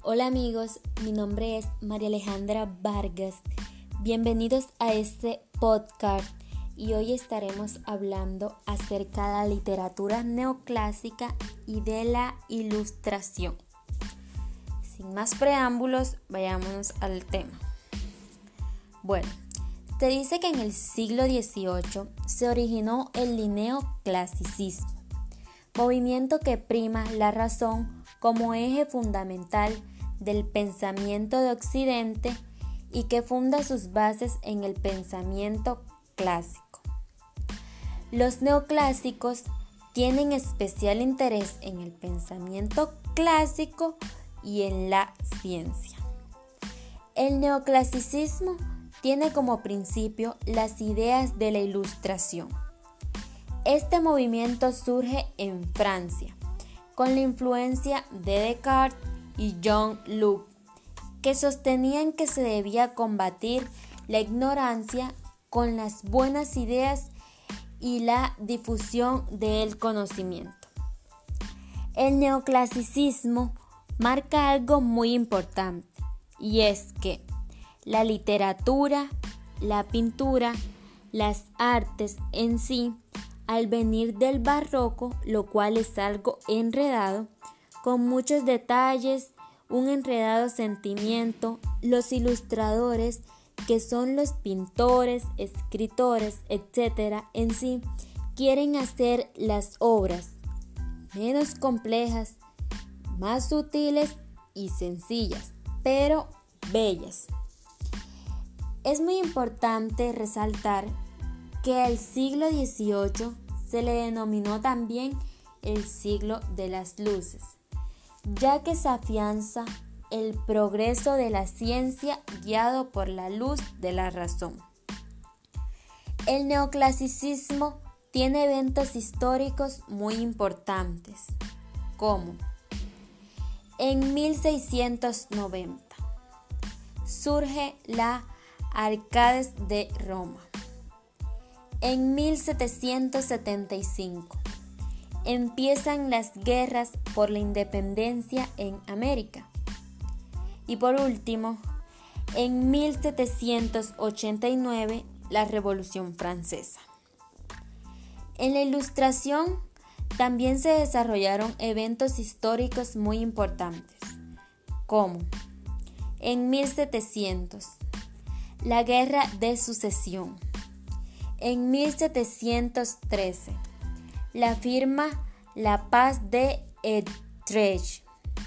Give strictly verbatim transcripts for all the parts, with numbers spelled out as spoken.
Hola amigos, mi nombre es María Alejandra Vargas. Bienvenidos a este podcast y hoy estaremos hablando acerca de la literatura neoclásica y de la ilustración. Sin más preámbulos, vayámonos al tema. Bueno, se dice que en el siglo dieciocho se originó el neoclasicismo, movimiento que prima la razón como eje fundamental del pensamiento de Occidente y que funda sus bases en el pensamiento clásico. Los neoclásicos tienen especial interés en el pensamiento clásico y en la ciencia. El neoclasicismo tiene como principio las ideas de la Ilustración. Este movimiento surge en Francia, con la influencia de Descartes y John Locke, que sostenían que se debía combatir la ignorancia con las buenas ideas y la difusión del conocimiento. El neoclasicismo marca algo muy importante, y es que la literatura, la pintura, las artes en sí, al venir del barroco, lo cual es algo enredado, con muchos detalles, un enredado sentimiento, los ilustradores, que son los pintores, escritores, etcétera, en sí, quieren hacer las obras menos complejas, más sutiles y sencillas, pero bellas. Es muy importante resaltar que al siglo dieciocho se le denominó también el siglo de las luces, ya que se afianza el progreso de la ciencia guiado por la luz de la razón. El neoclasicismo tiene eventos históricos muy importantes, como en mil seiscientos noventa surge la Arcades de Roma. En mil setecientos setenta y cinco empiezan las guerras por la independencia en América. Y por último, en mil setecientos ochenta y nueve, la Revolución Francesa. En la Ilustración también se desarrollaron eventos históricos muy importantes, como en mil setecientos, la Guerra de Sucesión. En mil setecientos trece, la firma La Paz de Utrecht.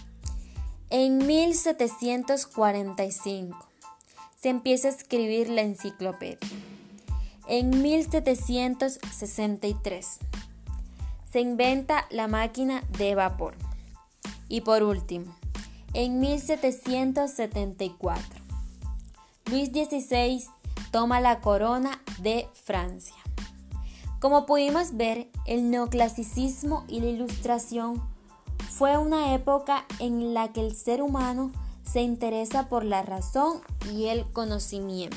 En mil setecientos cuarenta y cinco, se empieza a escribir la enciclopedia. En mil setecientos sesenta y tres, se inventa la máquina de vapor. Y por último, en mil setecientos setenta y cuatro, Luis dieciséis toma la corona de Francia. Como pudimos ver, el neoclasicismo y la Ilustración fue una época en la que el ser humano se interesa por la razón y el conocimiento.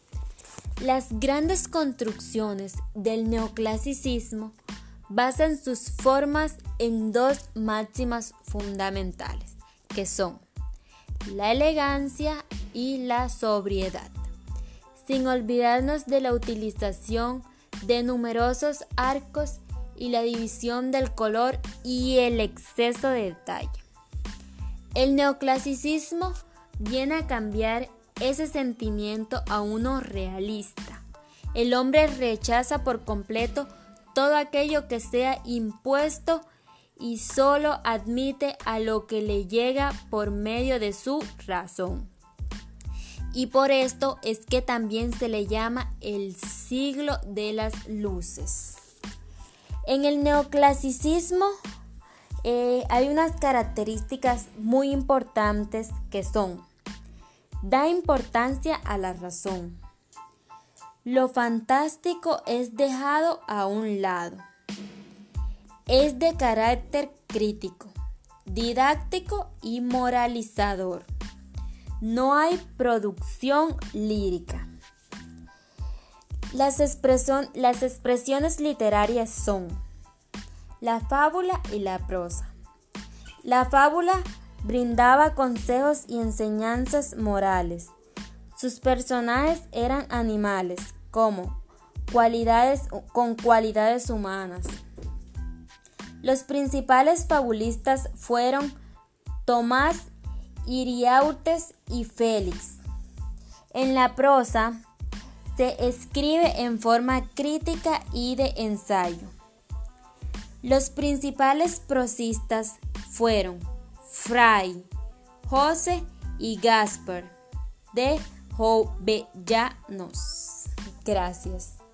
Las grandes construcciones del neoclasicismo basan sus formas en dos máximas fundamentales, que son la elegancia y la sobriedad, sin olvidarnos de la utilización de numerosos arcos y la división del color y el exceso de detalle. El neoclasicismo viene a cambiar ese sentimiento a uno realista. El hombre rechaza por completo todo aquello que sea impuesto y solo admite a lo que le llega por medio de su razón. Y por esto es que también se le llama el siglo de las luces. En el neoclasicismo eh, hay unas características muy importantes que son: da importancia a la razón. Lo fantástico es dejado a un lado. Es de carácter crítico, didáctico y moralizador. No hay producción lírica. Las, expresion, las expresiones literarias son la fábula y la prosa. La fábula brindaba consejos y enseñanzas morales. Sus personajes eran animales como cualidades con cualidades humanas. Los principales fabulistas fueron Tomás, Iriartes y Félix. En la prosa se escribe en forma crítica y de ensayo. Los principales prosistas fueron Fray José y Gaspar de Jovellanos. Gracias.